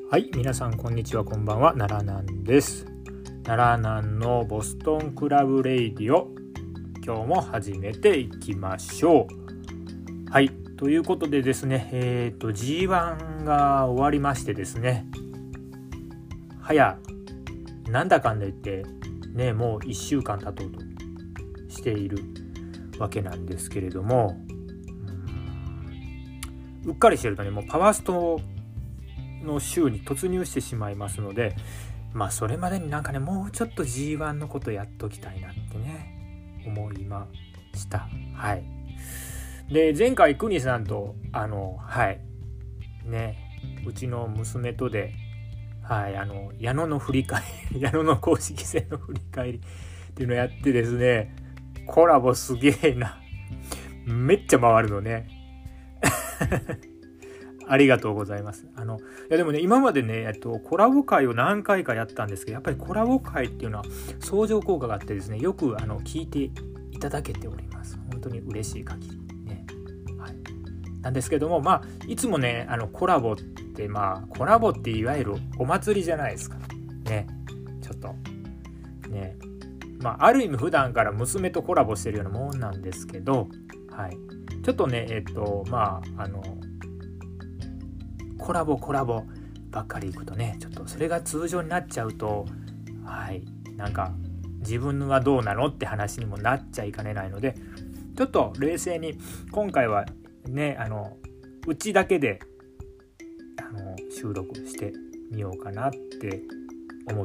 はい、皆さんこんにちは、こんばんは。奈良南です。奈良南のボストンクラブレイディオ、今日も始めていきましょう。はい、ということでですね、G1 が終わりましてですね、なんだかんだ言ってね、もう1週間経とうとしているわけなんですけれども、うっかりしてるとね、もうパワーストの週に突入してしまいますので、それまでにもうちょっと G1 のことやっときたいなってね思いました。はい。で、前回クニさんとうちの娘とで矢野の振り返り矢野の公式戦の振り返りっていうのをやってですね、コラボすげえな、めっちゃ回るのねありがとうございます。いやでもね、今までね、コラボ会を何回かやったんですけど、やっぱりコラボ会っていうのは相乗効果があってですね、よく聞いていただけております。本当に嬉しい限りね。はい。なんですけども、いつもね、コラボってコラボっていわゆるお祭りじゃないですか。ね。ちょっとね、ある意味普段から娘とコラボしてるようなもんなんですけど、はい。ちょっとね、コラボばっかりいくとね、ちょっとそれが通常になっちゃうと、自分はどうなのって話にもなっちゃいかねないので、ちょっと冷静に今回はね、うちだけで収録してみようかなって思って、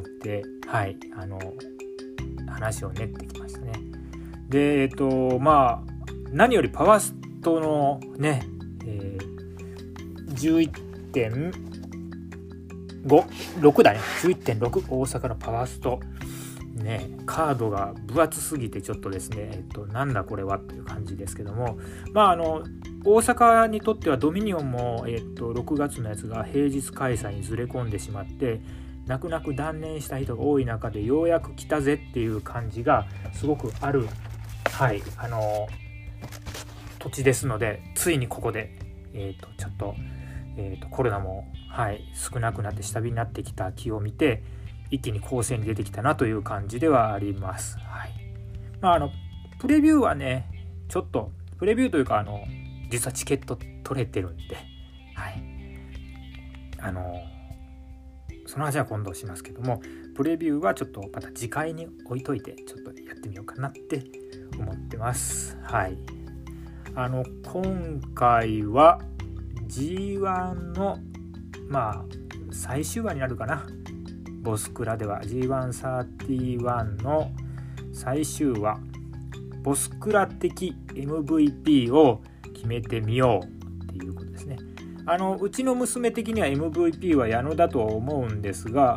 話を練ってきましたね。で、何よりパワーストのね、11.6 だね。11.6 大阪のパワーストね、カードが分厚すぎてちょっとですね、なんだこれはっていう感じですけども、大阪にとってはドミニオンも6月のやつが平日開催にずれ込んでしまって、泣く泣く断念した人が多い中でようやく来たぜっていう感じがすごくある土地ですので、ついにここでちょっとコロナも少なくなって下火になってきた気を見て、一気に攻勢に出てきたなという感じではあります。はい。プレビューはね、ちょっとプレビューというか実はチケット取れてるんで、その話は今度しますけども、プレビューはちょっとまた次回に置いといて、ちょっとやってみようかなって思ってます。はい。今回は G1 の最終話になるかな。ボスクラでは G131 の最終話、ボスクラ的 MVP を決めてみようっていうことですね。うちの娘的には MVP は矢野だとは思うんですが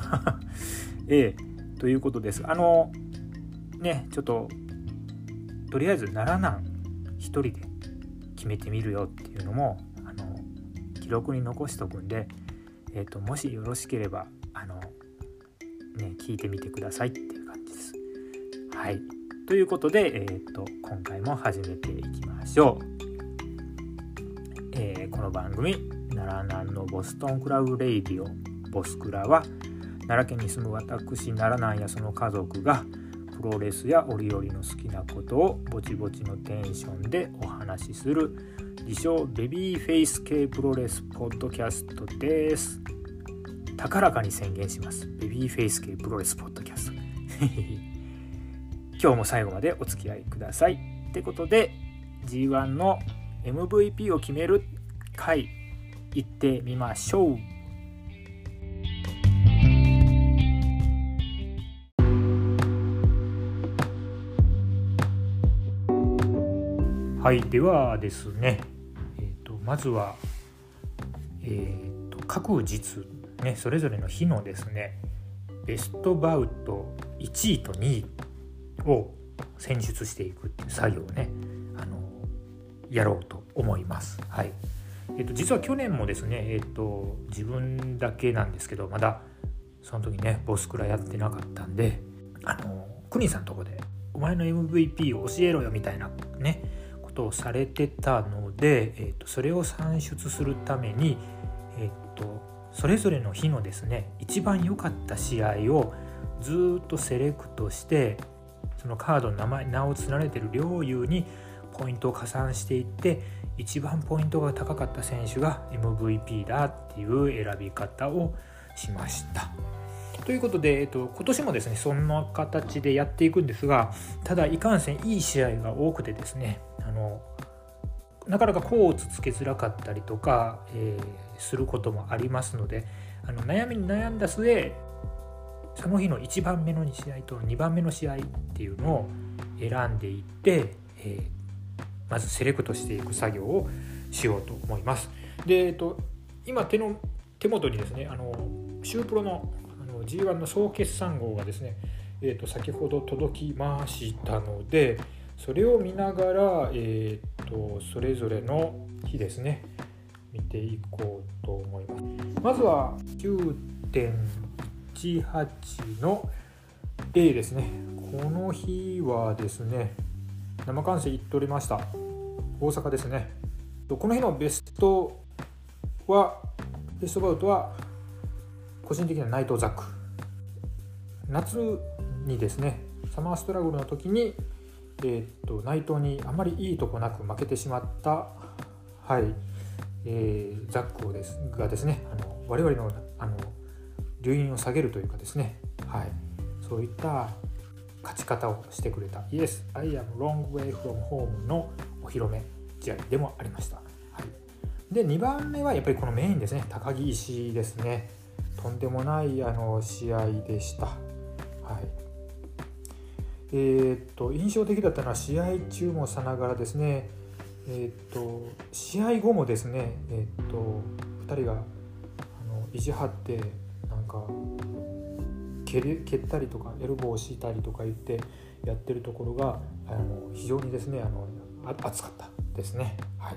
ということです。ちょっととりあえず奈良南一人で決めてみるよっていうのも記録に残しとくんで、もしよろしければ聞いてみてくださいっていう感じです。はい。ということで、今回も始めていきましょう。この番組奈良南のボストンクラブレイディオボスクラは、奈良県に住む私奈良南やその家族がプロレスや折々の好きなことをぼちぼちのテンションでお話しする自称ベビーフェイス系プロレスポッドキャストです。高らかに宣言します。ベビーフェイス系プロレスポッドキャスト今日も最後までお付き合いくださいってことで、 G1 の MVP を決める回行ってみましょう。はい。ではですね、まずは各日ね、それぞれの日のですね、ベストバウト1位と2位を選出していくっていう作業をね、やろうと思います。はい。実は去年もですね、自分だけなんですけど、まだその時ねボスクラやってなかったんで、クニさんのとこでお前の MVP を教えろよみたいなねことをされてたので、それを算出するためにそれぞれの日のですね一番良かった試合をずっとセレクトして、そのカードの名を連ねている両雄にポイントを加算していって、一番ポイントが高かった選手が MVP だっていう選び方をしました。ということで、今年もですねそんな形でやっていくんですが、ただいかんせんいい試合が多くてですね、なかなかコーツつけづらかったりとか、することもありますので、悩みに悩んだ末、その日の1番目の試合と2番目の試合っていうのを選んでいって、まずセレクトしていく作業をしようと思います。で、今手元にですねシュープロのG1 の総決算号がですね、先ほど届きましたので、それを見ながら、それぞれの日ですね見ていこうと思います。まずは 9.18 の A ですね。この日はですね生観戦行っておりました。大阪ですね。この日のベストバウトは個人的には内藤ザック。夏にですねサマーストラグルの時に、内藤にあまりいいとこなく負けてしまった、ザックをがですね我々の留飲を下げるというかですね、そういった勝ち方をしてくれた Yes, I am long way from home のお披露目試合でもありました。で2番目はやっぱりこのメインですね、高木石ですね。とんでもない試合でした。印象的だったのは試合中もさながらですね、試合後もですね、2人が意地張ってなんか蹴ったりとかエルボーをしたりとか言ってやってるところが非常にですね熱かったですね。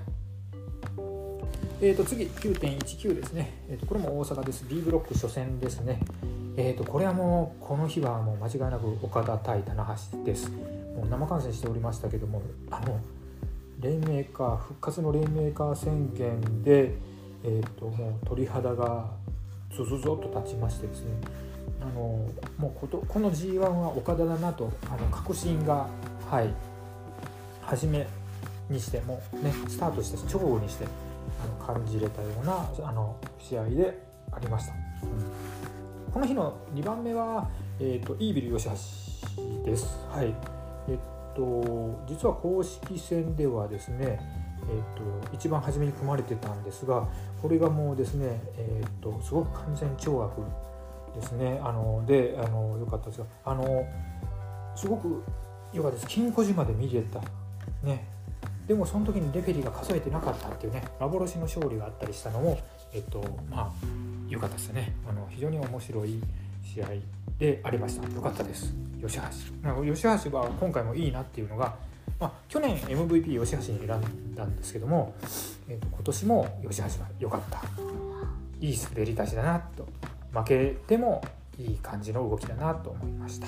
次 9.19 ですね。これも大阪です。B ブロック初戦ですね。これはもうこの日はもう間違いなく岡田対棚橋です。もう生観戦しておりましたけども、レインメーカー復活のレインメーカー宣言で、もう鳥肌がゾゾゾっと立ちましてですね、もうこの G1 は岡田だなと確信が初めにしてもねスタートした直後にして感じれたような試合でありました。この日の2番目は、イービル吉橋です。実は公式戦ではですね、一番初めに組まれてたんですが、これがもうですね、すごく完全懲悪ですね。で良かったですが、すごく良かったです。金庫島で見れたね。でもその時にレフェリーが数えてなかったっていうね、幻の勝利があったりしたのも良かったですね。非常に面白い試合でありました。良かったです。吉橋は今回もいいなっていうのが、去年 MVP 吉橋に選んだんですけども、今年も吉橋は良かった。いい滑り出しだなと、負けてもいい感じの動きだなと思いました。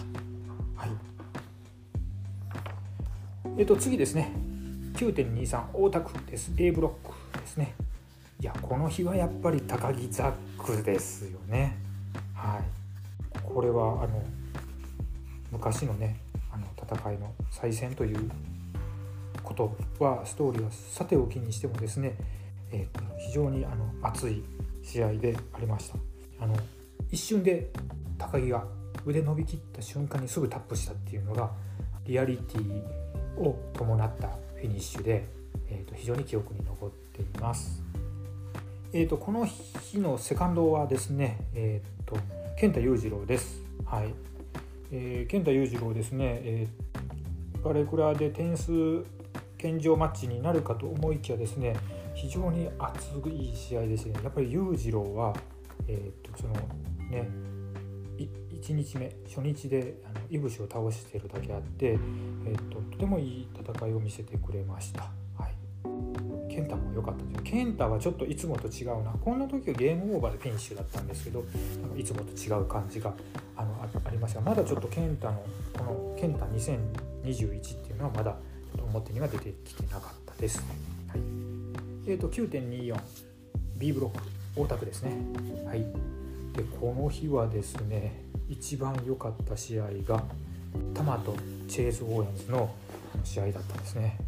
次ですね。9.23 大田区です。 A ブロックですね。いやこの日はやっぱり高木ザックですよね。これは昔のね戦いの再戦ということはストーリーはさておきにしてもですね、非常に熱い試合でありました。一瞬で高木が腕伸びきった瞬間にすぐタップしたっていうのがリアリティを伴ったフィニッシュで、非常に記憶に残っています。この日のセカンドはですね、健太裕次郎です。健太裕次郎ですね、バレクラで点数献上マッチになるかと思いきやですね、非常に熱い試合でして、やっぱり裕次郎は、そのね1日目初日でイブシを倒しているだけあって、とてもいい戦いを見せてくれました。健太も良かったんですよ。健太はちょっといつもと違うな。この時はゲームオーバーでフィニッシュだったんですけど、いつもと違う感じがありましたが、まだちょっと健太のこの健太2021っていうのはまだ表には出てきてなかったです。9.24 B ブロック大田区ですね。はい。でこの日はですね、一番良かった試合がタマとチェイズ・オーエンズの試合だったんですね。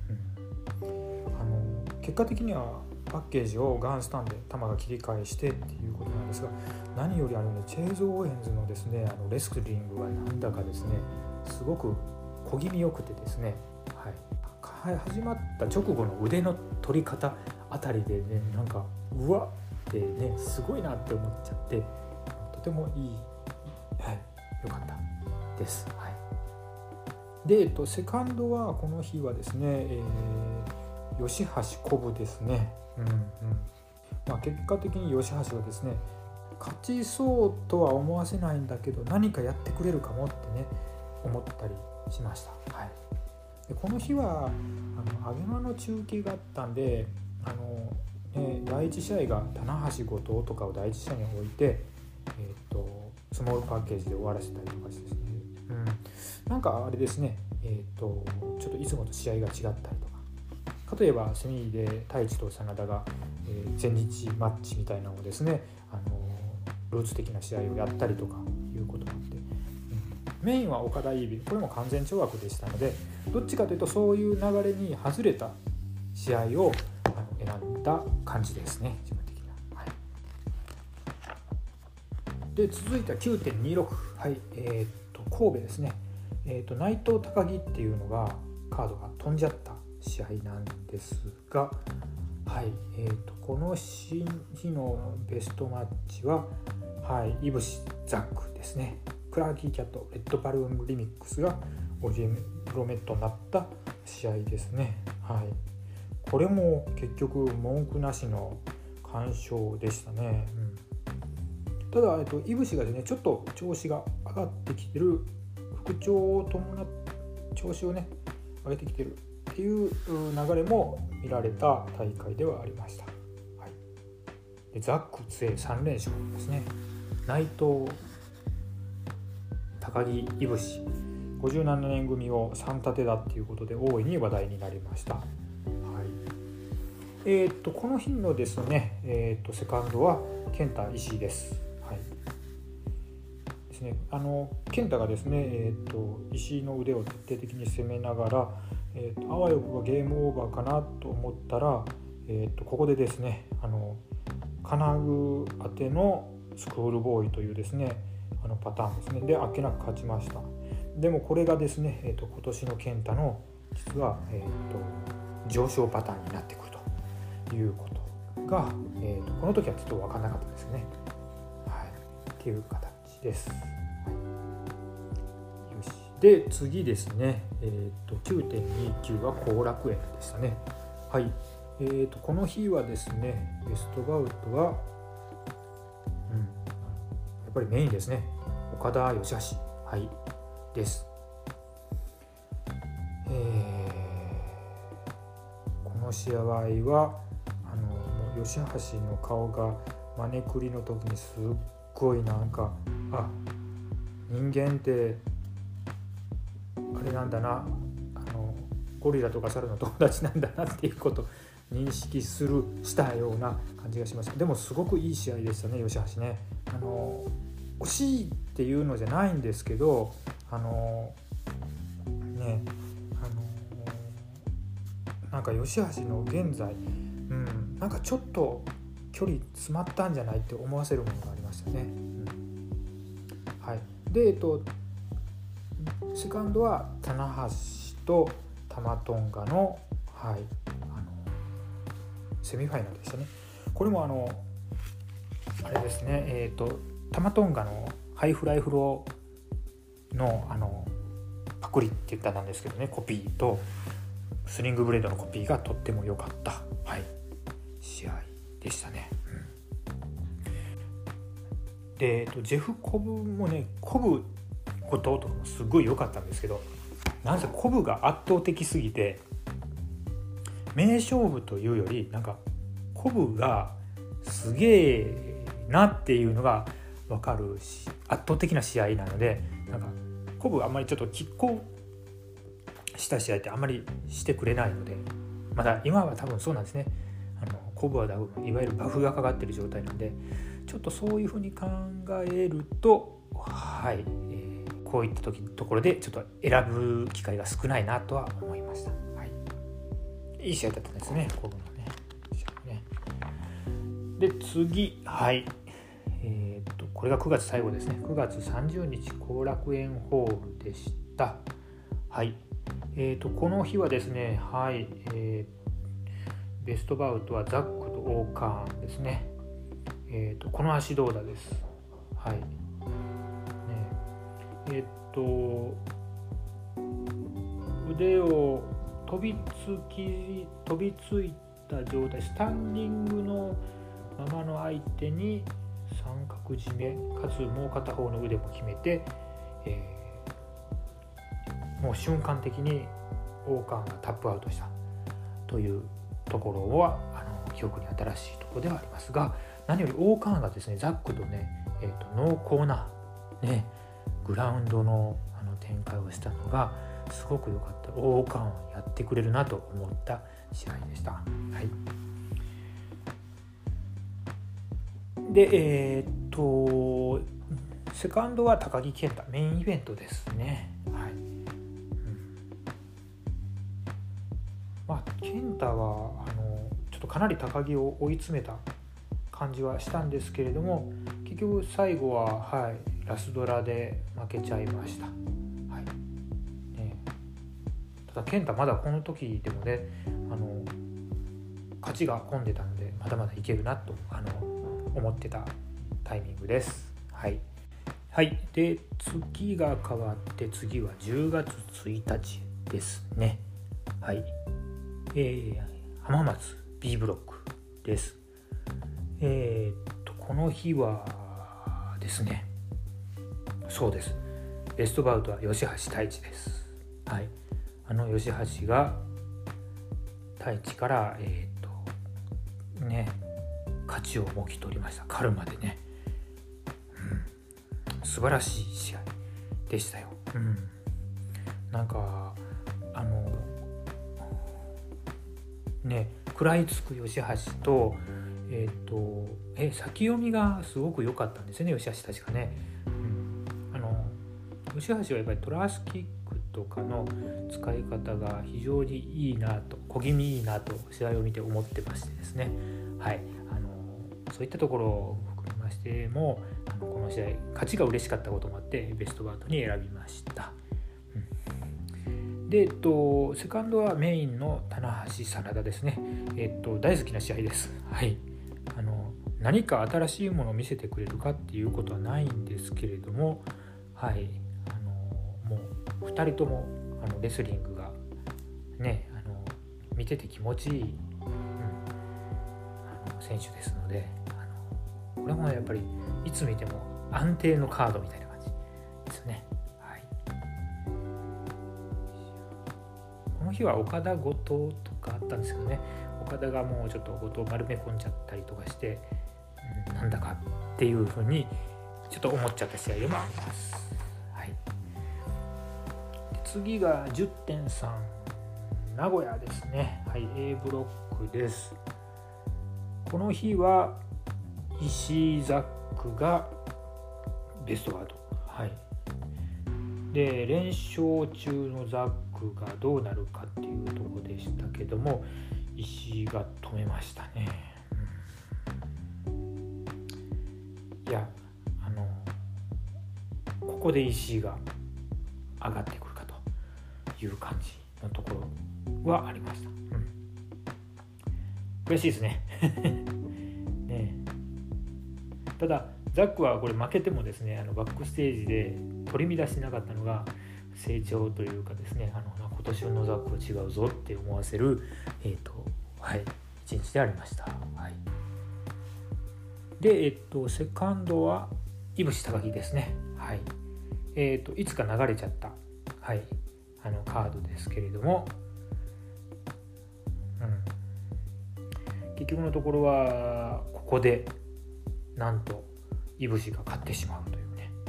結果的にはパッケージをガンスタンでタマが切り返してっていうことなんですが、何よりチェイズ・オーエンズのですね、レスリングがなんだかですね、すごく小気味よくてですね、はい、始まった直後の腕の取り方あたりでね、なんかうわってね、すごいなって思っちゃって、とてもいい、はい、良かったです。はい。で、セカンドはこの日はですね、吉橋コブですね。結果的に吉橋はですね、勝ちそうとは思わせないんだけど、何かやってくれるかもってね、思ったりしました。はい。でこの日はアゲマの中継があったんで、第一試合が棚橋後藤とかを第一試合に置いて、スモールパッケージで終わらせたりとかしてですね、なんかあれですね、ちょっといつもと試合が違ったりとか、例えばセミで太一と真田が、全日マッチみたいなのをですね、ルーツ的な試合をやったりとかいうことがあって、メインは岡田イービル、これも完全懲悪でしたので、どっちかというとそういう流れに外れた試合を選んだ感じですね、自分的には。はい、で続いては 9.26、はい、神戸ですね。内藤高木っていうのがカードが飛んじゃった試合なんですが、はい、この日のベストマッチは、はい、イブシザックですね。クラーキーキャットレッドバルーンリミックスがオジエロメットになった試合ですね。はい、これも結局文句なしの完勝でしたね。ただイブシがですね、ちょっと調子が上がってきてる、復調を伴って調子をね上げてきてるっていう流れも見られた大会ではありました。はい、でザック杖3連勝ですね。内藤高木いぶし57年組を3立てだっていうことで大いに話題になりました。はい、この日のですね、セカンドは健太石井です。はい、ですね、健太がですね、石井の腕を徹底的に攻めながら、あわよくばゲームオーバーかなと思ったら、ここでですね、金具当てのスクールボーイというですねパターンですね。であっけなく勝ちました。でもこれがですね、今年の健太の実は、上昇パターンになってくるということが、この時はちょっと分からなかったですね。はい、っていう形です。はい、よし。で次ですね、9.29 は後楽園でしたね。はい、この日はですね、ベストバウトは、やっぱりメインですね。岡田義橋、はい、です。この試合は義橋の顔がマネクリの時にすっごいなんか、人間ってあれなんだな、ゴリラとか猿の友達なんだなっていうことを認識したような感じがしました。でもすごくいい試合でしたね、義橋ね。惜しいっていうのじゃないんですけど、なんか義橋の現在、なんかちょっと距離詰まったんじゃないって思わせるものがありましたね。はい、で、セカンドは棚橋と玉トンガの、はい、セミファイナルでしたね。これもあれですね、玉トンガのハイフライフローのパクリって言ったらなんですけどね、コピーとスリングブレードのコピーがとっても良かった、はい、試合でしたね。で、ジェフコブもね、コブこととかもすごい良かったんですけど、なんせコブが圧倒的すぎて名勝負というより、なんかコブがすげえなっていうのが分かるし、圧倒的な試合なので、なんかコブあんまりちょっと拮抗した試合ってあんまりしてくれないので、まだ今は多分そうなんですね。 コブはダウン、いわゆるバフがかかっている状態なんで、ちょっとそういうふうに考えると、はい、こういったところでちょっと選ぶ機会が少ないなとは思いました。はい、いい試合だったんですね、コブのね。で次、はい、これが9月最後ですね。9月30日後楽園ホールでした。はい、この日はですね、はい、ベストバウトはザックとオーカーンですね。この足どうだです。はい。ね、腕を飛びついた状態、スタンディングのままの相手に三角締め、かつもう片方の腕も決めて、もう瞬間的にオーカーンがタップアウトしたというところは記憶に新しいところではありますが、何よりオーカーンがですね、ザックとね、濃厚な、ね、グラウンドの展開をしたのがすごく良かった。オーカーンをやってくれるなと思った試合でした。はい、でセカンドは高木健太、メインイベントですね。はい、健太はちょっとかなり高木を追い詰めた感じはしたんですけれども、結局最後は、はい、ラスドラで負けちゃいました。はいね、ただ健太まだこの時でもね、勝ちが込んでたのでまだまだいけるなと思ってたタイミングです。はい、はい、で次が変わって次は10月1日ですね。はい、浜松 B ブロックです。この日はですね、そうです、ベストバウトは吉橋太一です。はい、吉橋が太一から勝ちをもぎ取りました。カルマでね、素晴らしい試合でしたよ。なんか食らいつく吉橋と先読みがすごく良かったんですよね、吉橋たちがね。吉橋はやっぱりトラスキックとかの使い方が非常にいいなと、小気味いいなと試合を見て思ってましてですね。はい、そういったところを含めましても、この試合勝ちが嬉しかったこともあってベストバウトに選びました。で、セカンドはメインの棚橋真田ですね。大好きな試合です。はい、何か新しいものを見せてくれるかっていうことはないんですけれども、はい、もう2人ともレスリングがね、見てて気持ちいい、選手ですので、これもやっぱりいつ見ても安定のカードみたいな感じですね。はい、この日は岡田後藤とかあったんですけどね、岡田がもうちょっと後藤丸め込んじゃったりとかして、なんだかっていうふうにちょっと思っちゃった試合でもあります。はい、で次が 10.3 名古屋ですね。はい、A ブロックです。この日は石井ザックがベストバウト。はい、で連勝中のザックがどうなるかっていうところでしたけども、石井が止めましたね。いや、ここで石井が上がってくるかという感じのところはありました。嬉しいですね。ね、ただザックはこれ負けてもですね、バックステージで取り乱しなかったのが成長というかですね、今年のザックは違うぞって思わせるはい、一日でありました。はい、でセカンドはいぶし高木ですね。はい、いつか流れちゃった、はい、カードですけれども、結局のところはここでなんといぶしが勝ってしまうというね、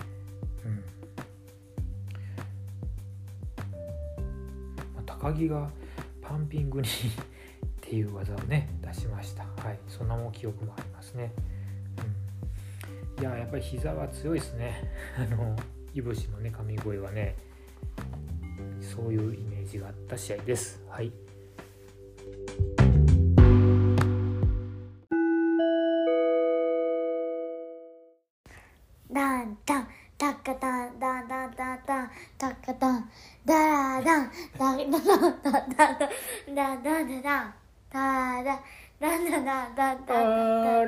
高木がパンピングにっていう技をね出たしました。はい、そんなも記憶もありますね。いややっぱり膝は強いですね。いぶしのね神声はね、そういうイメージがあった試合です。はい。 ダンダンタカタンダンダンダンダンタカタンダラダンダンダンダンダンダンダンダンダンダンダンダンダンダンダンダンダン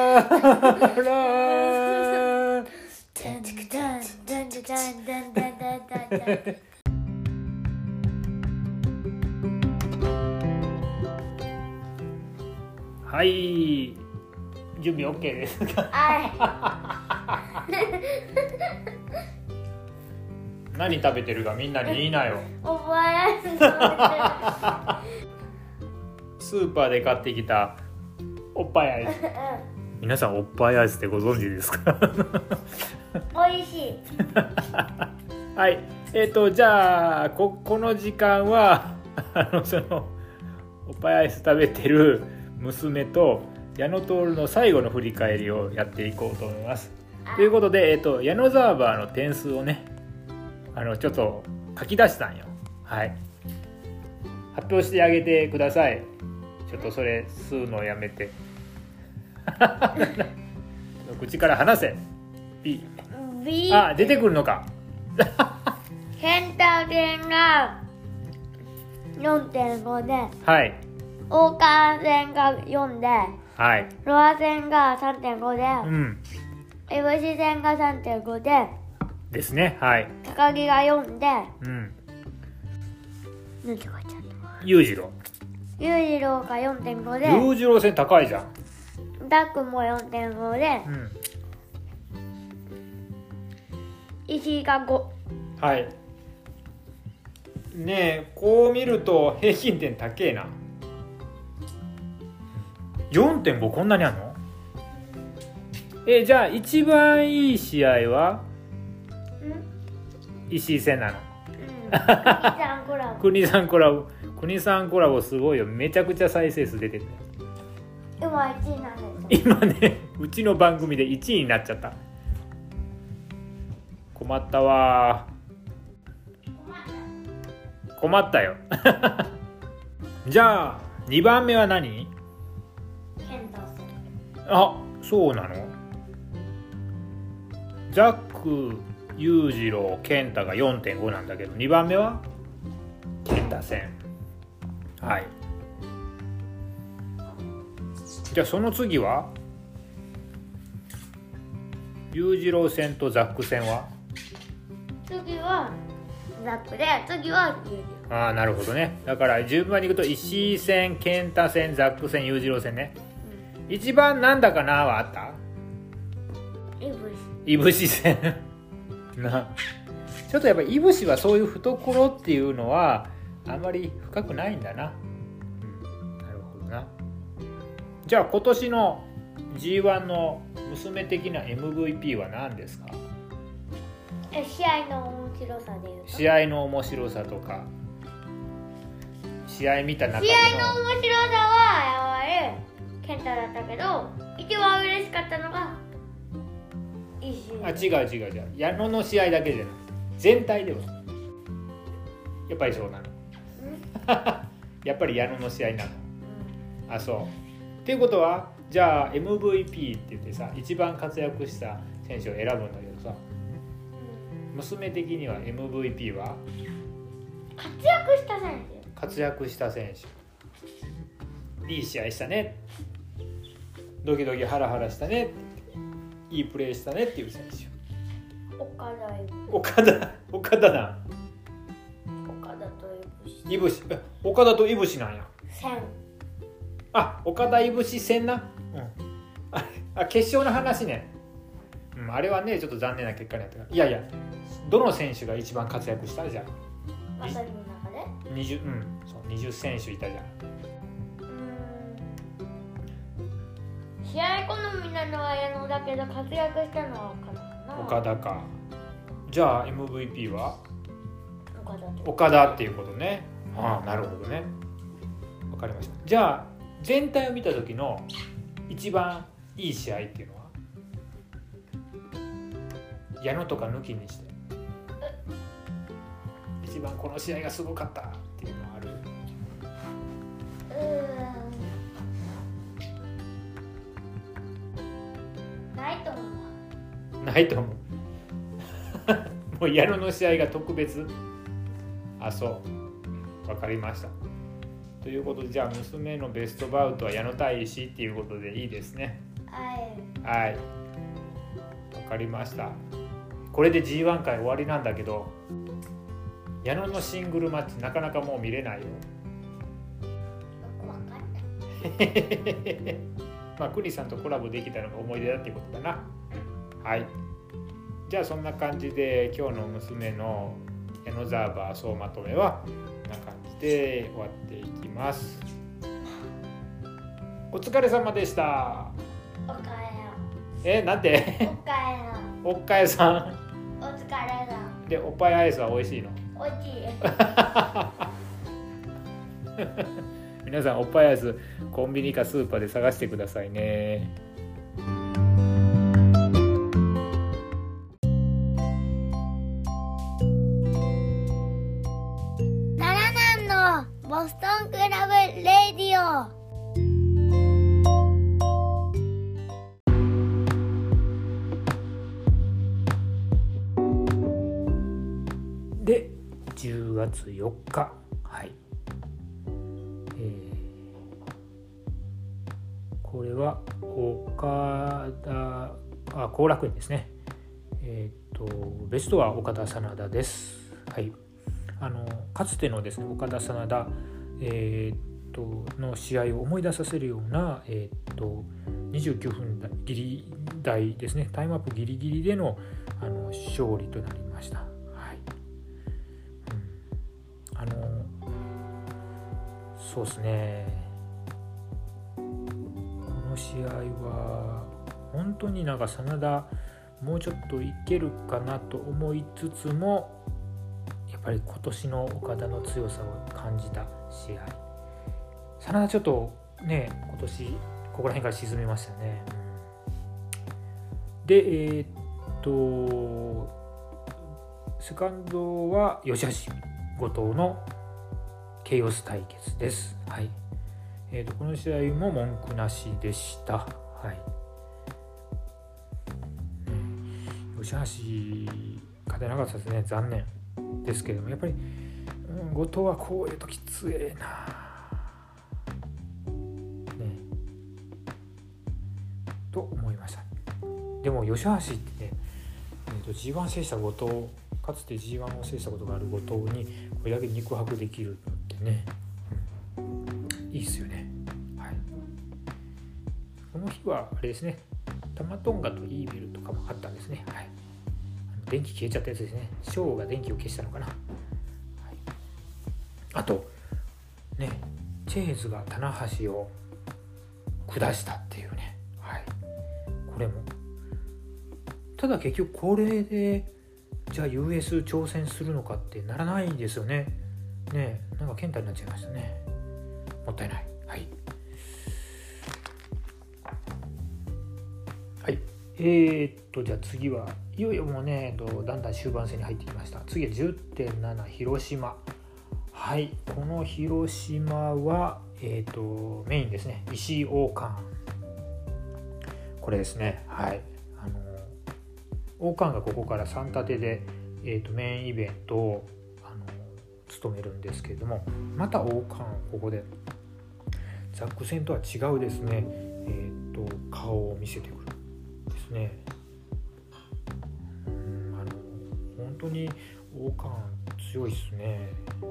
はい、準備 OK ですか？何食べてるかみんなに言いなよ。 おばやす食べてる。 スーパーで買ってきたおっぱいアイス。皆さんおっぱいアイスってご存知ですか？ 美味しい。 はい、じゃあこの時間はそのおっぱいアイス食べてる娘と矢野徹の最後の振り返りをやっていこうと思います。ということで、矢野ザーバーの点数をねちょっと書き出したんよ。はい、発表してあげてください。ちょっとそれ吸うのやめて。口から話せ。 B。 あ、出てくるのか。 ケンタ線が 4.5 で、 はい、 大川線が4で、 はい、 ロア線が 3.5 で、いぶし線が 3.5 でですね。はい、 高木が4で、なんて書いてあるの？ 裕次郎が 4.5 で、 裕次郎線高いじゃん。 ダックも 4.5 で、石井が5。 はいねえ、こう見ると平均点高えな。 4.5 こんなにあるの？じゃあ一番いい試合は石井戦なの？国さんコラボすごいよ。めちゃくちゃ再生数出てる。 今1位なんです。 今ね、うちの番組で1位になっちゃった。困ったわ。困ったよ。じゃあ2番目は何？ ケンタ戦。 あ、そうなの？ザック、裕次郎、健太が 4.5 なんだけど、2番目は健太戦。はい。じゃあその次は裕次郎戦とザック戦は？ 次はザックで、次は裕次郎。 ああ、なるほどね。だから順番にいくと石井戦、健太戦、ザック戦、裕次郎戦ね。一番なんだかなはあった？いぶし戦。な、ちょっとやっぱいぶしはそういう懐っていうのはあんまり深くないんだな。なるほどな。じゃあ今年の G1 の娘的な MVP は何ですか？ 試合の面白さでいうと、 試合の面白さとか、試合見た中での試合の面白さはやっぱり健太だったけど、一番嬉しかったのが石井。 あ、違う矢野の試合だけじゃない、全体ではやっぱりそうなの？やっぱり矢野の試合なの？あ、そうっていうことは、じゃあ MVP って言ってさ、一番活躍した選手を選ぶんだけどさ、娘的には MVP は活躍した選手、いい試合したね、ドキドキハラハラしたね、いいプレーしたねっていう選手。岡田だ。 岡田といぶし。岡田といぶしなんや。 戦。 あ、岡田いぶし戦な。あ、決勝の話ね。あれはねちょっと残念な結果になったから。いやいや、どの選手が一番活躍した？じゃあまさにの中で 20選手いたじゃん。 試合好みなのは矢野だけど、活躍したのは岡田か。じゃあ MVP は岡田岡田っていうことね。ああ、なるほどね、わかりました。じゃあ全体を見た時の一番いい試合っていうのは矢野とか抜きにして一番この試合がすごかったっていうのはある？ ないと思う。 ないと思うもう矢野の試合が特別。あ、そうわかりました。ということで、じゃあ娘のベストバウトは矢野対石っていうことでいいですね。はい、わかりました。これで G1 回終わりなんだけど、矢野のシングルマッチなかなかもう見れないよ。 わかんない。 まあクリさんとコラボできたのが思い出だっていうことだな。はい。じゃあそんな感じで今日の娘のエノザーバー総まとめはこんな感じで終わっていきます。お疲れ様でした。 おかなんでえおかえおっかえさんお疲れだ。 で、おっぱいアイスは美味しいの？ おいしい。 皆さんおっぱいアイスコンビニかスーパーで探してくださいね。 奈良南のボストンクラブレディオ。 で、10月4日、はい、これは後楽園ですね。ベストは岡田真田です。はい、かつてのですね岡田真田、の試合を思い出させるような、29分ギリ台ですね、タイムアップギリギリでの、勝利となりました。そうですね、この試合は本当になんか真田もうちょっといけるかなと思いつつも、やっぱり今年の岡田の強さを感じた試合。真田ちょっとね、今年ここら辺から沈みましたね。で、セカンドは吉橋後藤のケイオス対決です。はい。この試合も文句なしでした。はい。吉橋勝てなかったですね。残念ですけれども、やっぱり、後藤はこういう時強えな。ね。と思いました。でも吉橋ってね、G1 制した後藤、かつて G1 を制したことがある後藤にこれだけ肉薄できるのってね、いいっすよね。はい。この日はあれですね、タマトンガとイーベルとかもあったんですね。はい。電気消えちゃったやつですね。ショーが電気を消したのかな。はい、あとね、チェーズが棚橋を下したっていうね。はい。これもただ結局これでじゃあ US 挑戦するのかってならないんですよね。ねえ、なんか健太になっちゃいましたね。もったいない。はい。はい。じゃあ次はいよいよもうね、だんだん終盤戦に入ってきました。次は 10.7 広島。はい。この広島はメインですね。石井王冠。これですね。はい。王冠がここから3立てで、メインイベントを務めるんですけれども、また王冠ここでザック戦とは違うですね、顔を見せてくるですね。本当に王冠強いですね。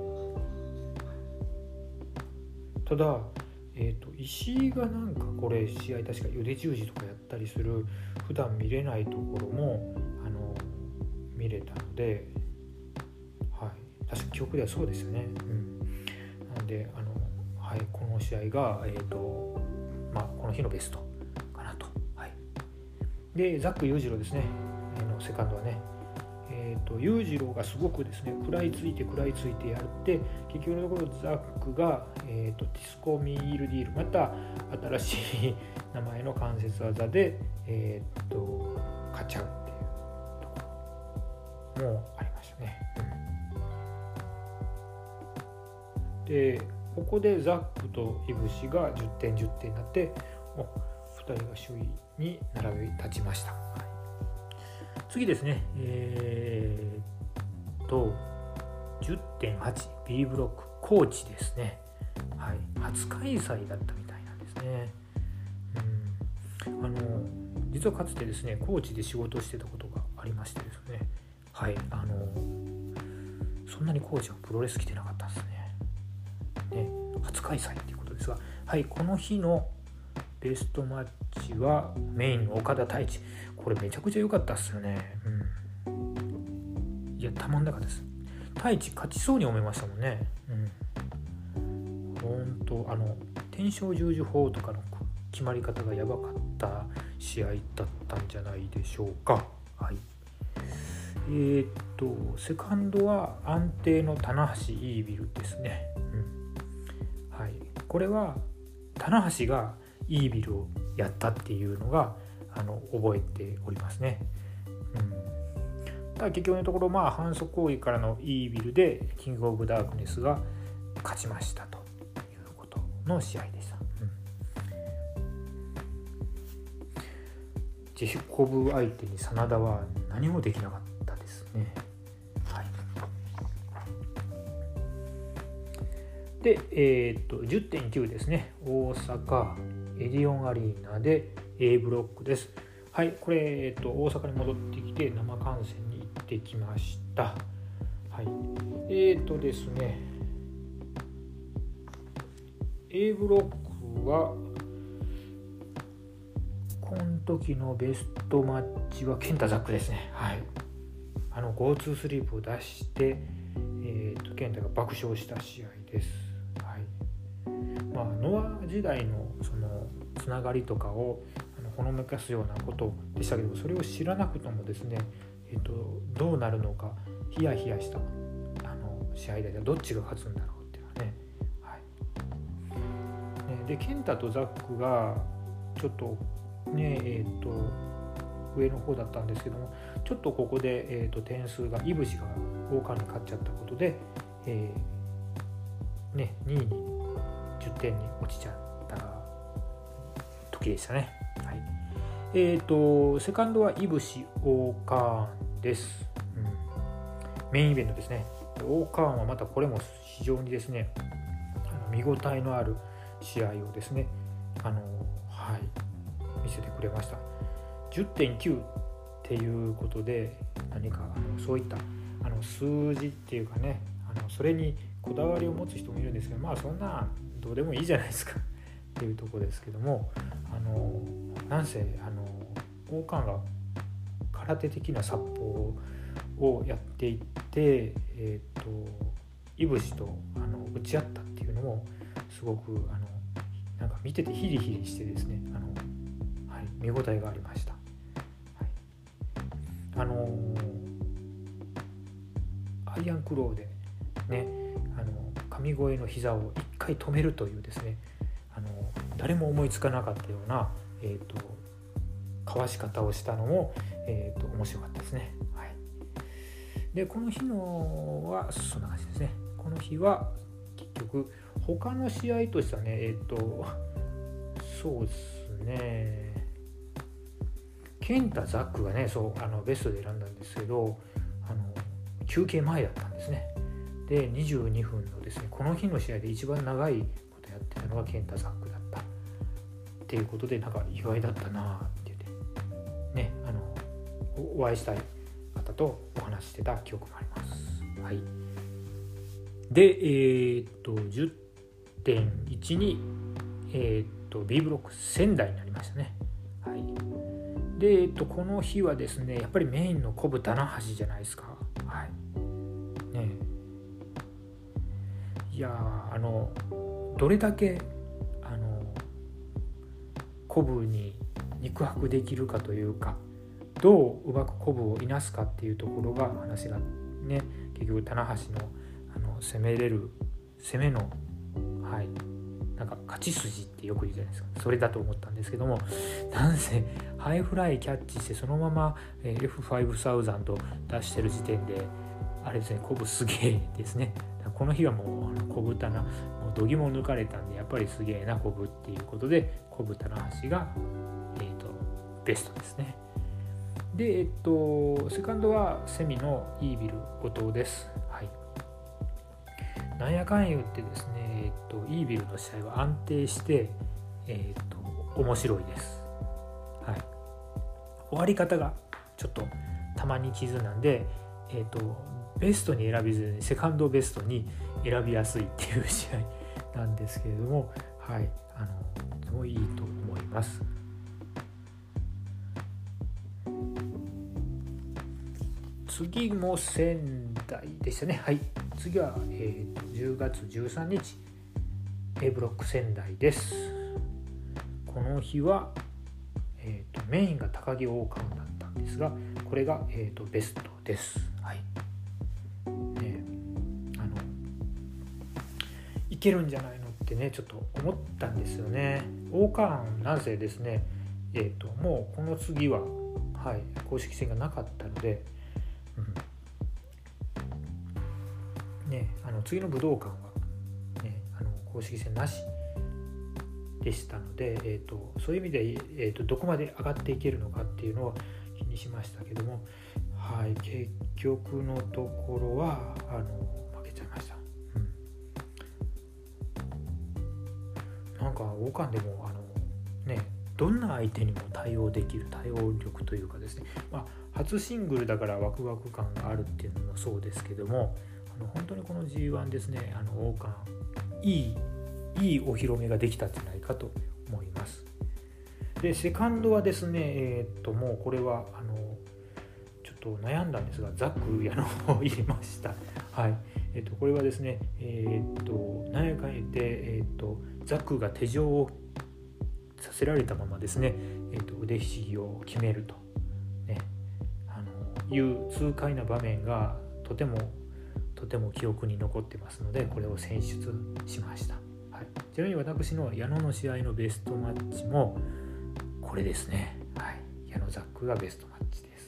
ただ、石井がなんかこれ試合確か腕十字とかやったりする普段見れないところも見れたので、はい、確か記憶ではそうですよね。なのではい、この試合が、この日のベストかなと。はい、でザック裕次郎ですね、セカンドはね、 裕次郎がすごくですね食らいついてやって結局のところザックが、ティスコミールディールまた新しい名前の関節技で、勝っちゃうっていうところもありましたね。でここでザックとイブシが10点になって2人が首位に並び立ちました。次ですね、10.8B ブロック高知ですね、初開催だったみたいなんですね。実はかつてですね高知で仕事をしてたことがありましてですね、そんなに高知はプロレス来てなかったですね。初開催ということですが、この日のベストマッチはメインの岡田太一、これめちゃくちゃ良かったっすよね。いやたまんなかったです。太一勝ちそうに思いましたもんね。本当天正十字砲とかの決まり方がやばかった試合だったんじゃないでしょうか。セカンドは安定の棚橋イービルですね。これは棚橋がイービルをやったっていうのが覚えておりますね。ただ結局のところ反則行為からのイービルでキングオブダークネスが勝ちましたということの試合でした。ジェフコブ相手に真田は何もできなかったですね。で、10.9 ですね。大阪エディオンアリーナで A ブロックです。これ、大阪に戻ってきて生観戦に行ってきました。ですね A ブロックはこの時のベストマッチはケンタザックですね。GO2 スリープを出して、ケンタが爆笑した試合です。ノア時代のそのつながりとかをほのめかすようなことでしたけど、それを知らなくともですね、どうなるのかヒヤヒヤした試合でどっちが勝つんだろうっていうのはね。でケンタとザックがちょっとね上の方だったんですけども、ちょっとここで、点数がイブシが大川に勝っちゃったことで、2位に10点に落ちちゃった時でしたね。セカンドはイブシ大川です。メインイベントですね。大川はまたこれも非常にですね見応えのある試合をですね見せてくれました。10.9 っていうことで何かそういった数字っていうかねそれにこだわりを持つ人もいるんですけど、そんなどうでもいいじゃないですかっていうところですけども、なんせ王冠が空手的な殺法をやっていってイブシと打ち合ったっていうのもすごくなんか見ててヒリヒリしてですね見応えがありました。アイアンクローでね神越の膝を一回止めるというですね誰も思いつかなかったような、かわし方をしたのも、面白かったですね。でこの日のはそんな感じですね。この日は結局他の試合としてはねそうですねケンタザックがねベストで選んだんですけど休憩前だったんですね。で22分のですねこの日の試合で一番長いことやってたのがケンタザックだったっていうことでなんか意外だったなって言ってねお会いしたい方とお話ししてた記憶があります。で10.1 にB ブロック仙台になりましたね。でこの日はですねやっぱりメインの小部棚橋じゃないですか。いやどれだけ古武に肉薄できるかというかどうまくコブをいなすかっていうところが話がね、結局棚橋の攻めの、はい、なんか勝ち筋ってよく言うじゃないですか。それだと思ったんですけども、なんせハイフライキャッチしてそのまま F5000 出してる時点であれですね、コブすげえですね。この日はもうコブ棚もう度肝抜かれたんで、やっぱりすげえなコブっていうことで、コブ棚橋が、ベストですね。で、セカンドはセミのイービル後藤です。はい。なんやかん言ってですね、イービルの試合は安定して、面白いです。はい。終わり方がちょっとたまに傷なんで、ベストに選びずにセカンドベストに選びやすいっていう試合なんですけれども、はい、すごいいいと思います。次も仙台でしたね。はい、次は、10月13日 A ブロック仙台です。この日は、メインが高木王冠だったんですが、これが、ベストです。はい。いけるんじゃないのってね、ちょっと思ったんですよね。王冠なぜですね、もうこの次は、はい、公式戦がなかったので、次の武道館は、ね、公式戦なしでしたので、そういう意味で、どこまで上がっていけるのかっていうのを気にしましたけども、はい、結局のところは負けちゃいました。なんか王冠でもどんな相手にも対応できる対応力というかですね、初シングルだからワクワク感があるっていうのもそうですけども、本当にこの G1 ですね、王冠いいお披露目ができたんじゃないかと思います。でセカンドはですね、もうこれはちょっと悩んだんですが、ザック矢野を入れました。はい、これはですね、何やかん言って、ザックが手錠をさせられたままですね、腕ひしぎを決めると、ね、いう痛快な場面がとても記憶に残ってますので、これを選出しました。はい、ちなみに私の矢野の試合のベストマッチもこれですね。はい、矢野ザックがベストマッチです。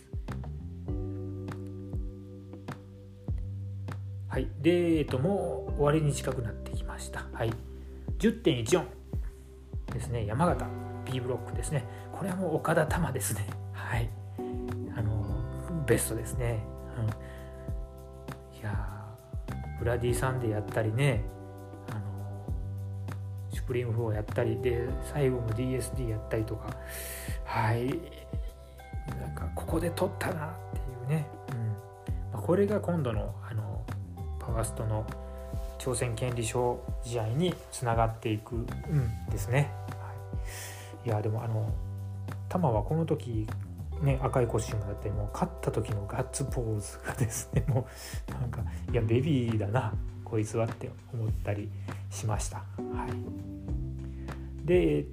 はい、で、もう終わりに近くなってきました。はい、10.14 ですね。山形 B ブロックですね。これはもう岡田玉ですね。はい、ベストですね。いやブラディサンデーやったりね、シュプリーム4やったりで、最後も DSD やったりとか、はい、なんかここで取ったなっていうね、これが今度のパワーストの挑戦権利賞試合につながっていくんですね。はい、いやでも玉はこの時ね、赤いコスチュームだったり、もう勝った時のガッツポーズがですね、もうなんかいやベビーだなこいつはって思ったりしました。はい、で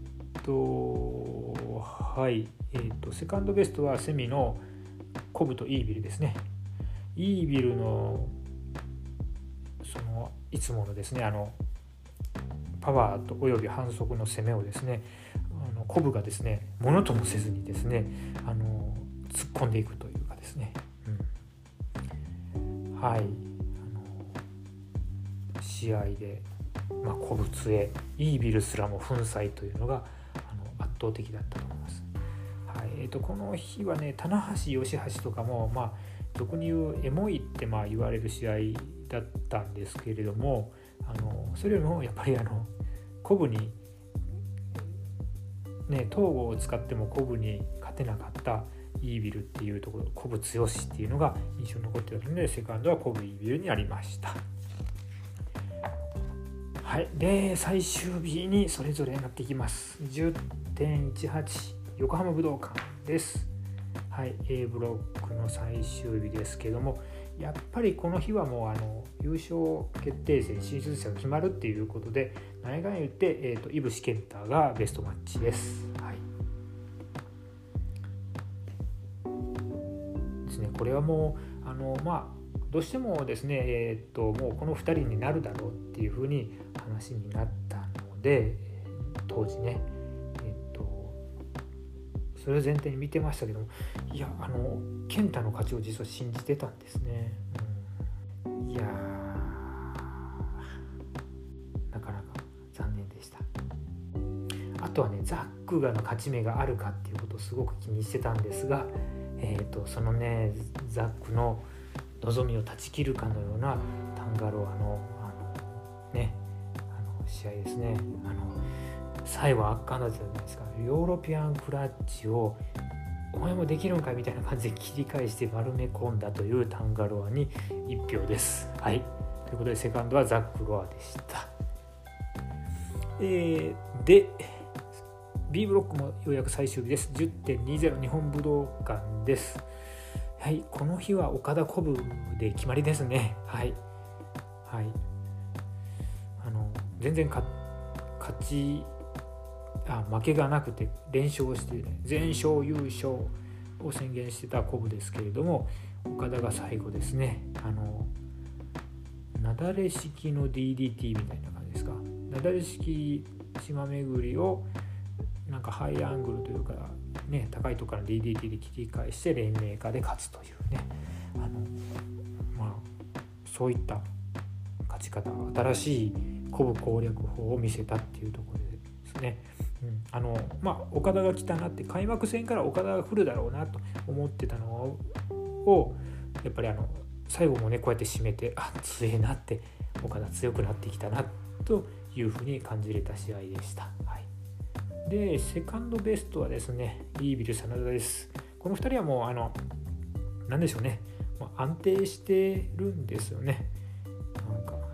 はい、セカンドベストはセミのコブとイービルですね。イービルのいつものですね、パワーとおよび反則の攻めをですね、コブがですねものともせずにですね突っ込んでいくというかですね、はい、試合で、コブ杖イービルすらも粉砕というのが圧倒的だったと思います。はい、この日はね、棚橋吉橋とかも俗に言うエモいって言われる試合だったんですけれども、それよりもやっぱりコブにね、東郷を使ってもコブに勝てなかったイービルっていうところ、コブ強しっていうのが印象に残っているので、セカンドはコブイービルになりました。はい、で最終日にそれぞれなっていきます。 10.18 横浜武道館です。はい、A ブロックの最終日ですけども、やっぱりこの日はもう優勝決定戦進出者が決まるっていうことで、何が言って、イブシケンターがベストマッチです。はい、 ですね。これはもうどうしてもですね、もうこの2人になるだろうっていうふうに話になったので、当時ね、それを前提に見てましたけども、いや健太の勝ちを実は信じてたんですね。いやなかなか残念でした。あとはね、ザックがの勝ち目があるかっていうことをすごく気にしてたんですが、そのねザックの望みを断ち切るかのようなタンガロアの試合ですね。最後圧巻だったじゃないですか。ヨーロピアンクラッチをお前もできるんかいみたいな感じで切り返して丸め込んだというタンガロアに1票です。はい、ということでセカンドはザック・ロアでした。で B ブロックもようやく最終日です。 10.20 日本武道館です。はい、この日は岡田鼓舞で決まりですね。はい、はい、全然負けがなくて連勝して、全勝優勝を宣言してた鼓舞ですけれども、岡田が最後ですね、なだれ式の DDT みたいな感じですか。なだれ式島巡りをなんかハイアングルというかね、高いところから DDT で切り返してレインメーカーで勝つというね、そういった勝ち方、新しい鼓舞攻略法を見せたっていうところですね。岡田が来たなって、開幕戦から岡田が来るだろうなと思ってたのをやっぱり最後もねこうやって締めて、強えなって、岡田強くなってきたなというふうに感じれた試合でした。はい、でセカンドベストはですね、イービル真田です。この2人はもうなんでしょうね、もう安定してるんですよね。なんか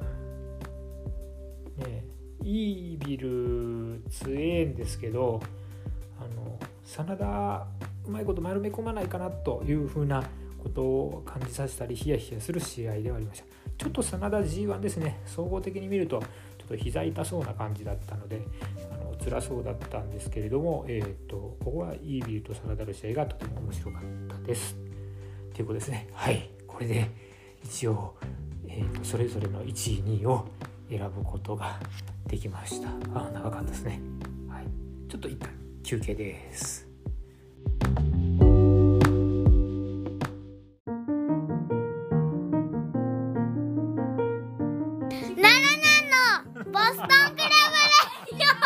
ね、イービル強えんですけど、真田うまいこと丸め込まないかなというふうなことを感じさせたりヒヤヒヤする試合ではありました。ちょっと真田 G1 ですね、総合的に見るとちょっと膝痛そうな感じだったので辛そうだったんですけれども、ここはイービルと真田の試合がとても面白かったですということですね。はい、これで一応、それぞれの1位2位を選ぶことができました。長かったですね。はい、ちょっと一旦休憩です。 ボストンクラブレディ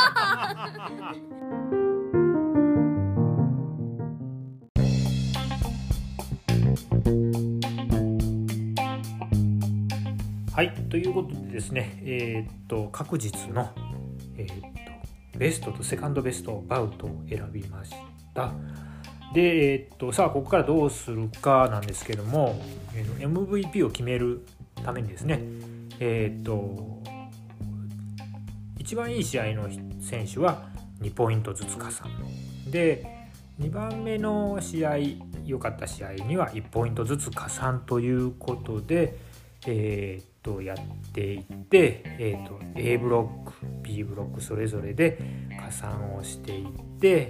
はい、ということでですね、各日の、ベストとセカンドベストバウトを選びました。で、さあここからどうするかなんですけども、MVP を決めるためにですね、一番いい試合の選手は2ポイントずつ加算で、2番目の試合、良かった試合には1ポイントずつ加算ということで、やっていって、A ブロック B ブロックそれぞれで加算をしていって、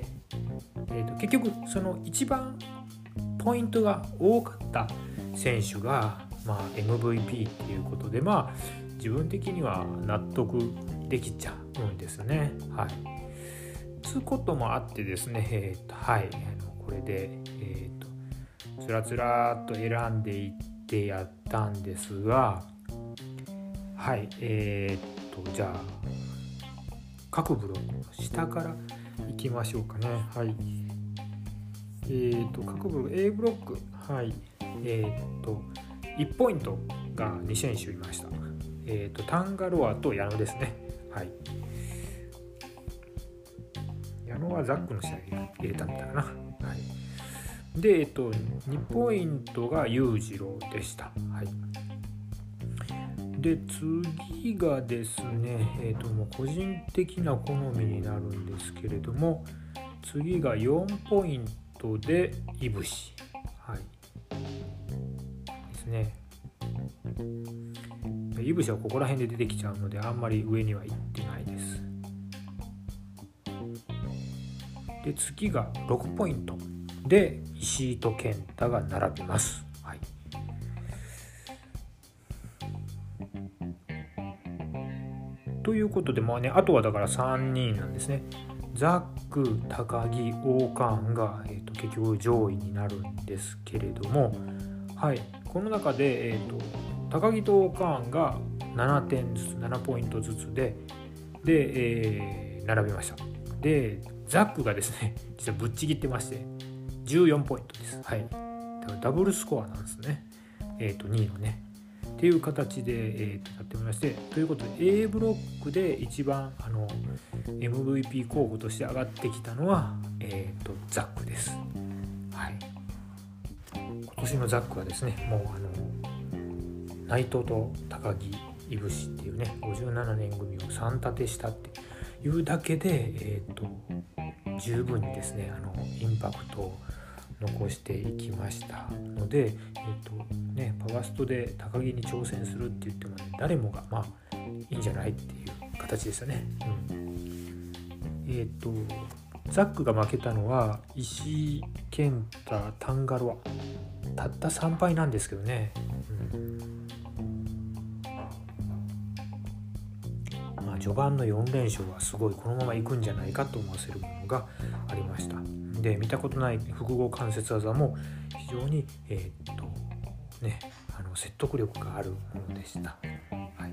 結局その一番ポイントが多かった選手が、MVP っていうことで、自分的には納得できちゃうんですね。はい。つうこともあってですね、これで、つらつらっと選んでいってやったんですが、はい、じゃあ各ブロックの下からいきましょうかね。はい。各ブロック A ブロック、はい、1ポイントが2選手いました。タンガロアと矢野ですね。はい。矢野はザックの試合入れたんだかな。はい。で、2ポイントが裕次郎でした。はい。で、次がですね、もう個人的な好みになるんですけれども、次が4ポイントでいぶし。はい。ですね。いぶしはここら辺で出てきちゃうのであんまり上には行ってないです。で次が6ポイントで石井と健太が並びます。はい、ということで、あとはだから3人なんですね。ザック、高木、オーカーンが、結局上位になるんですけれども、はい、この中で、高木とオーカーンが7点ずつ7ポイントずつで、並びました。でザックがですね実はぶっちぎってまして14ポイントです。はい、だからダブルスコアなんですね。2位のねっていう形で、やっておりまして、ということで A ブロックで一番MVP 候補として上がってきたのは、ザックです。はい、今年のザックはですね、もう内藤と高木、いぶしっていうね57年組を3立てしたっていうだけで、十分にですねインパクトを残していきましたので、パワストで高木に挑戦するって言っても、誰もがいいんじゃないっていう形でしたね。ザックが負けたのは石井、健太、タンガロア、たった3敗なんですけどね。序盤の4連勝はすごいこのままいくんじゃないかと思わせるものがありました。で見たことない複合関節技も非常に、説得力があるものでした。はい、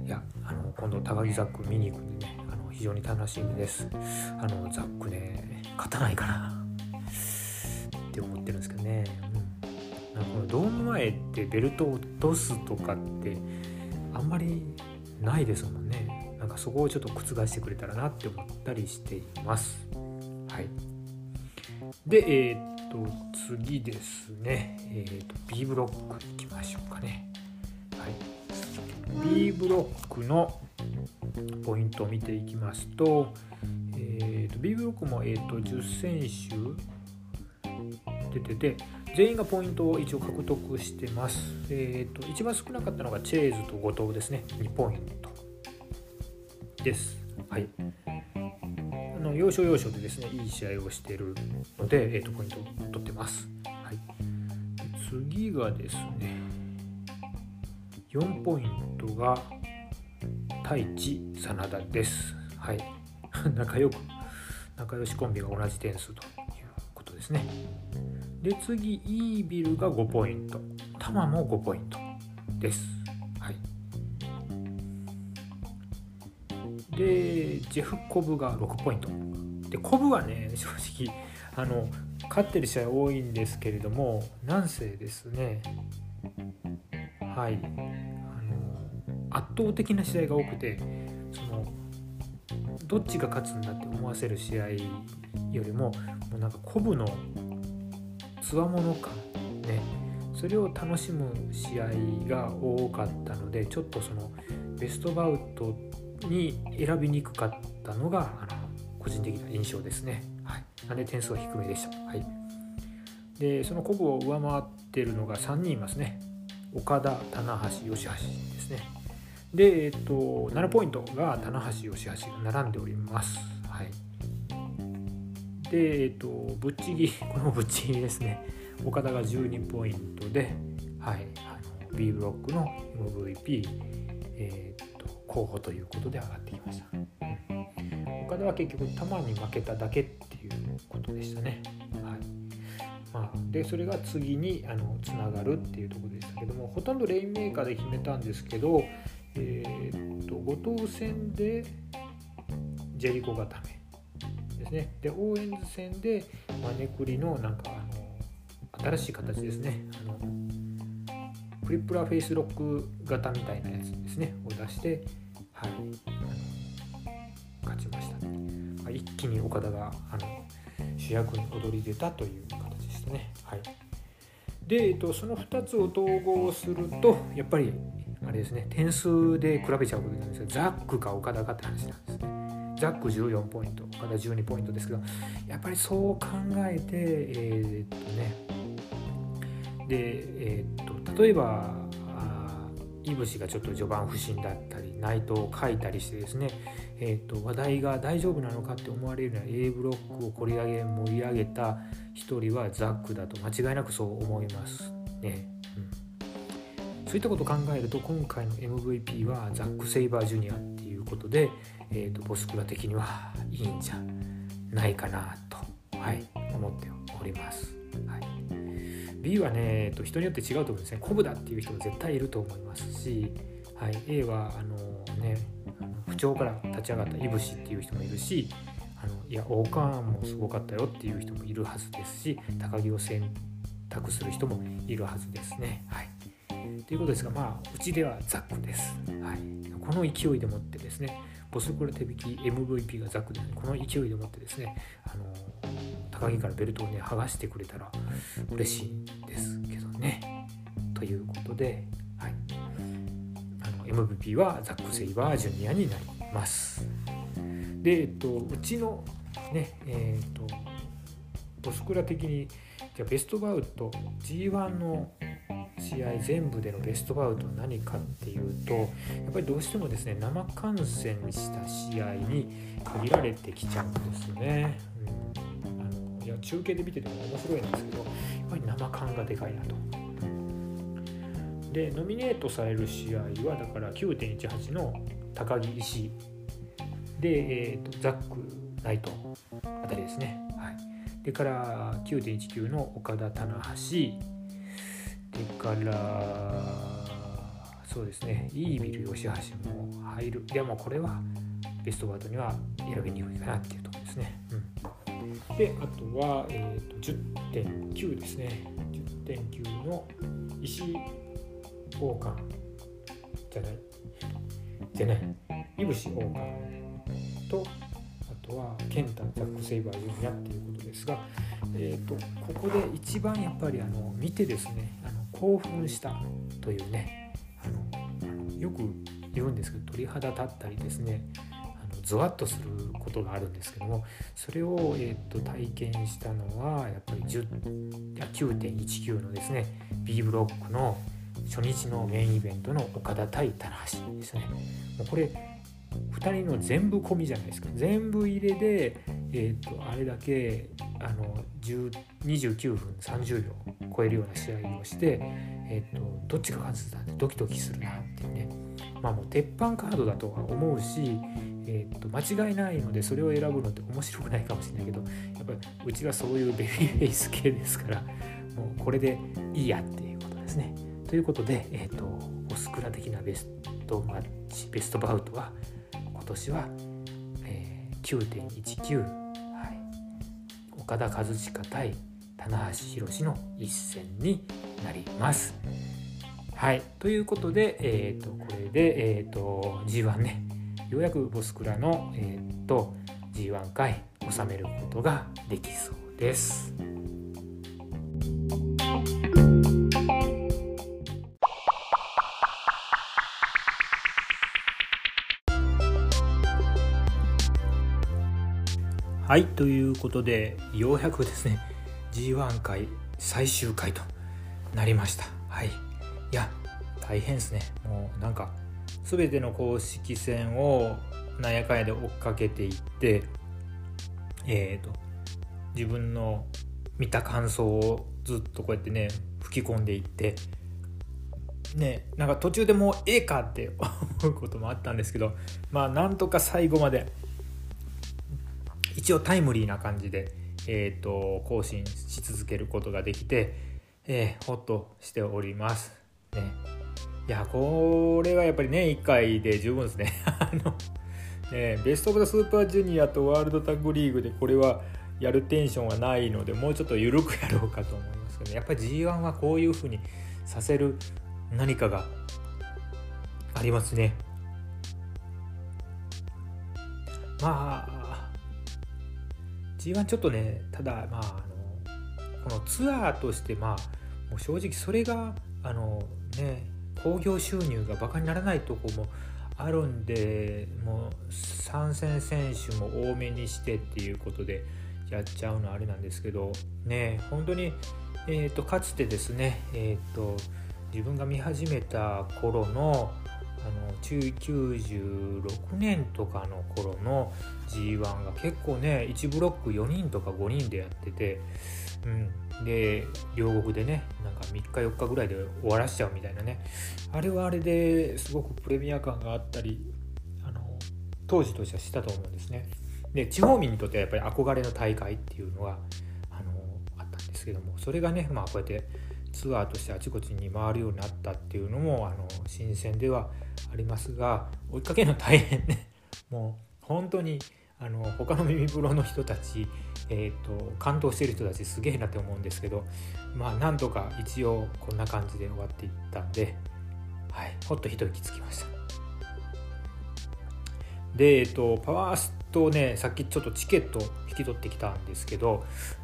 いや今度高木ザック見に行くんでね非常に楽しみです。ザックね勝たないかなって思ってるんですけどね。このドーム前ってベルトを落とすとかってあんまりないですもんね。なんかそこをちょっと覆してくれたらなって思ったりしています。はい。で、次ですね、B ブロックいきましょうかね。はい。B ブロックのポイントを見ていきますと、B ブロックも、10選手出てて、全員がポイントを一応獲得してます。一番少なかったのがチェーズと後藤ですね。2ポイントです。はい。要所要所でですね、いい試合をしているので、ポイントを取ってます。はい。次がですね、4ポイントが太一、真田です。はい。仲良しコンビが同じ点数ということですね。で次イービルが5ポイント、タマも5ポイントです。はい。でジェフ・コブが6ポイントで、コブはね正直勝ってる試合多いんですけれども、なんせですね、はい、圧倒的な試合が多くて、どっちが勝つんだって思わせる試合よりも、なんかコブのつわもの感ね、それを楽しむ試合が多かったので、ちょっとベストバウトに選びにくかったのが個人的な印象ですね。はい、なんで点数は低めでした。はい、でそのコブを上回っているのが3人いますね。岡田、棚橋、吉橋ですね。で、7ポイントが棚橋、吉橋が並んでおります。はい、で、ぶっちぎり、このぶっちぎりですね。岡田が12ポイントで、はい、B ブロックの MVP、候補ということで上がってきました。岡田は結局玉に負けただけっていうことでしたね。はい。でそれが次につながるっていうところでしたけども、ほとんどレインメーカーで決めたんですけど、後藤戦でジェリコ固めですね。でオーエンズ戦でマネクリのなんか新しい形ですね。プリプラフェイスロック型みたいなやつですねを出して、はい、勝ちました。一気に岡田が主役に躍り出たという形でしたね。はい。で、その2つを統合するとやっぱりあれですね、点数で比べちゃうことなんですが、ザックか岡田かって話なんですね。ザック14ポイント、岡田12ポイントですけど、やっぱりそう考えてで、例えばいぶしがちょっと序盤不振だったり内藤を書いたりしてですね、話題が大丈夫なのかって思われるような A ブロックを盛り上げた一人はザックだと間違いなくそう思いますね、そういったことを考えると今回の MVP はザック・セイバージュニアっていうことで、ボスクラ的にはいいんじゃないかなと、思っております、B はね、人によって違うと思うんですね。コブだっていう人が絶対いると思いますし、A は不調から立ち上がったイブシっていう人もいるし、いや王冠もすごかったよっていう人もいるはずですし、高木を選択する人もいるはずですね。ということですが、うちではザックです。この勢いでもってですね、ボスクラ手引き MVP がザックで、この勢いでもってですね、高木からベルトをね剥がしてくれたら嬉しいんですけどね。ということで、MVP はザック・セイバージュニアになります。で、うちのね、ボスクラ的にじゃあベストバウト G1 の試合全部でのベストバウトは何かっていうと、やっぱりどうしてもですね生観戦した試合に限られてきちゃうんですよね。いや中継で見てても面白いんですけど、やっぱり生観がでかいなと。でノミネートされる試合はだから 9.18 の高木石井で、ザックナイトあたりですね。でから 9.19 の岡田棚橋でからそうですねイービル吉橋も入る。いやもうこれはベストバウトには選びにくいかなっていうところですね。であとは、10.9 ですね。10.9 の石井王冠じゃないいぶし王冠とあとはケンタザック・セイバージュニアっていうことですが、ここで一番やっぱり見てですね興奮したというねよく言うんですけど鳥肌立ったりですねゾワッとすることがあるんですけども、それを、体験したのはやっぱり 9.19 のですね B ブロックの初日のメインイベントの岡田対棚橋ですね。もうこれ2人の全部込みじゃないですか。全部入れで、あれだけ29分30秒超えるような試合をして、どっちが勝つんだってドキドキするなっていうね。もう鉄板カードだとは思うし、間違いないのでそれを選ぶのって面白くないかもしれないけど、やっぱりうちはそういうベビーフェイス系ですから、もうこれでいいやっていうことですね。ということで、ボスクラ的なベストバウトは今年は、9.19、岡田和親対棚橋宏の一戦になります。ということで、これで、G1 ねようやくボスクラの、G1 回収めることができそうです。ということでようやくですね G1 回最終回となりました。いや大変ですね。もうなんか全ての公式戦をなんやかんやで追っかけていって、自分の見た感想をずっとこうやってね吹き込んでいってね、なんか途中でもうかって思うこともあったんですけど、なんとか最後まで一応タイムリーな感じで、更新し続けることができて、ほっとしておりますね。いやこれはやっぱりね1回で十分ですね。ベストオブザスーパージュニアとワールドタッグリーグでこれはやるテンションはないので、もうちょっと緩くやろうかと思いますけど、やっぱり G1 はこういう風にさせる何かがありますね。G1 ちょっとね、ただこのツアーとしてもう正直それが興行収入がバカにならないとこもあるんで、もう参戦選手も多めにしてっていうことでやっちゃうのはあれなんですけどね、本当にかつてですね自分が見始めた頃の96年とかの頃の G1 が結構ね1ブロック4人とか5人でやってて、で両国でねなんか3日4日ぐらいで終わらしちゃうみたいなね、あれはあれですごくプレミア感があったり当時としてはしたと思うんですね。で地方民にとってはやっぱり憧れの大会っていうのがあったんですけども、それがねこうやってツアーとしてあちこちに回るようになったっていうのも新鮮ではありますが、追いかけるの大変ねもう本当に他の耳プロの人たち、感動している人たちすげえなって思うんですけど、なんとか一応こんな感じで終わっていったんで、ほっと一息つきました。で、パワーストね、さっきちょっとチケット引き取ってきたんですけど、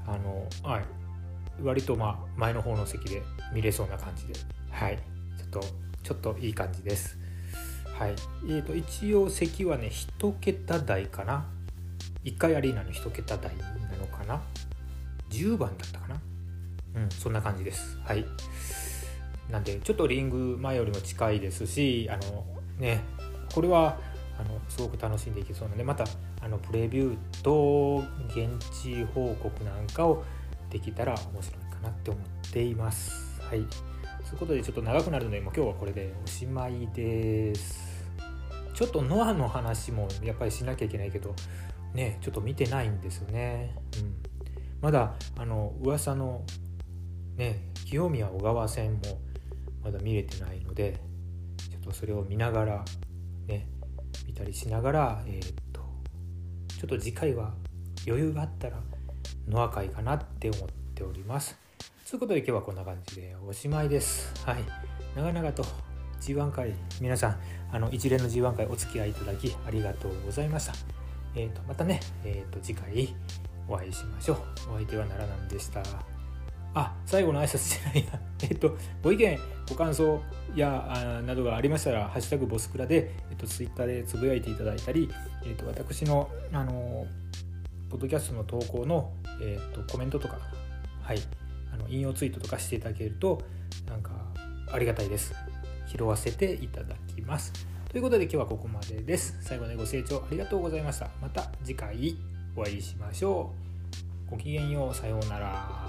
割と前の方の席で見れそうな感じで、ちょっといい感じです。一応席はね1桁台かな、1階アリーナの1桁台なのかな、10番だったかな、そんな感じです。なんでちょっとリング前よりも近いですし、これはすごく楽しんでいけそうなので、またプレビューと現地報告なんかをできたら面白いかなって思っています。そういうことでちょっと長くなるので今日はこれでおしまいです。ちょっとノアの話もやっぱりしなきゃいけないけどね、ちょっと見てないんですよね。まだ噂のね清宮小川戦もまだ見れてないので、ちょっとそれを見ながらね見たりしながら、ちょっと次回は余裕があったらノア会かなって思っております。ということで今日はこんな感じでおしまいです。長々と G1 回皆さん一連の G1 回お付き合いいただきありがとうございました。またね、次回お会いしましょう。お相手は奈良なんでした。最後の挨拶じゃないやご意見ご感想やなどがありましたらハッシュタグボスクラで、ツイッターでつぶやいていただいたり、私のポッドキャストの投稿の、コメントとか、引用ツイートとかしていただけるとなんかありがたいです。拾わせていただきます。ということで今日はここまでです。最後までご清聴ありがとうございました。また次回お会いしましょう。ごきげんよう。さようなら。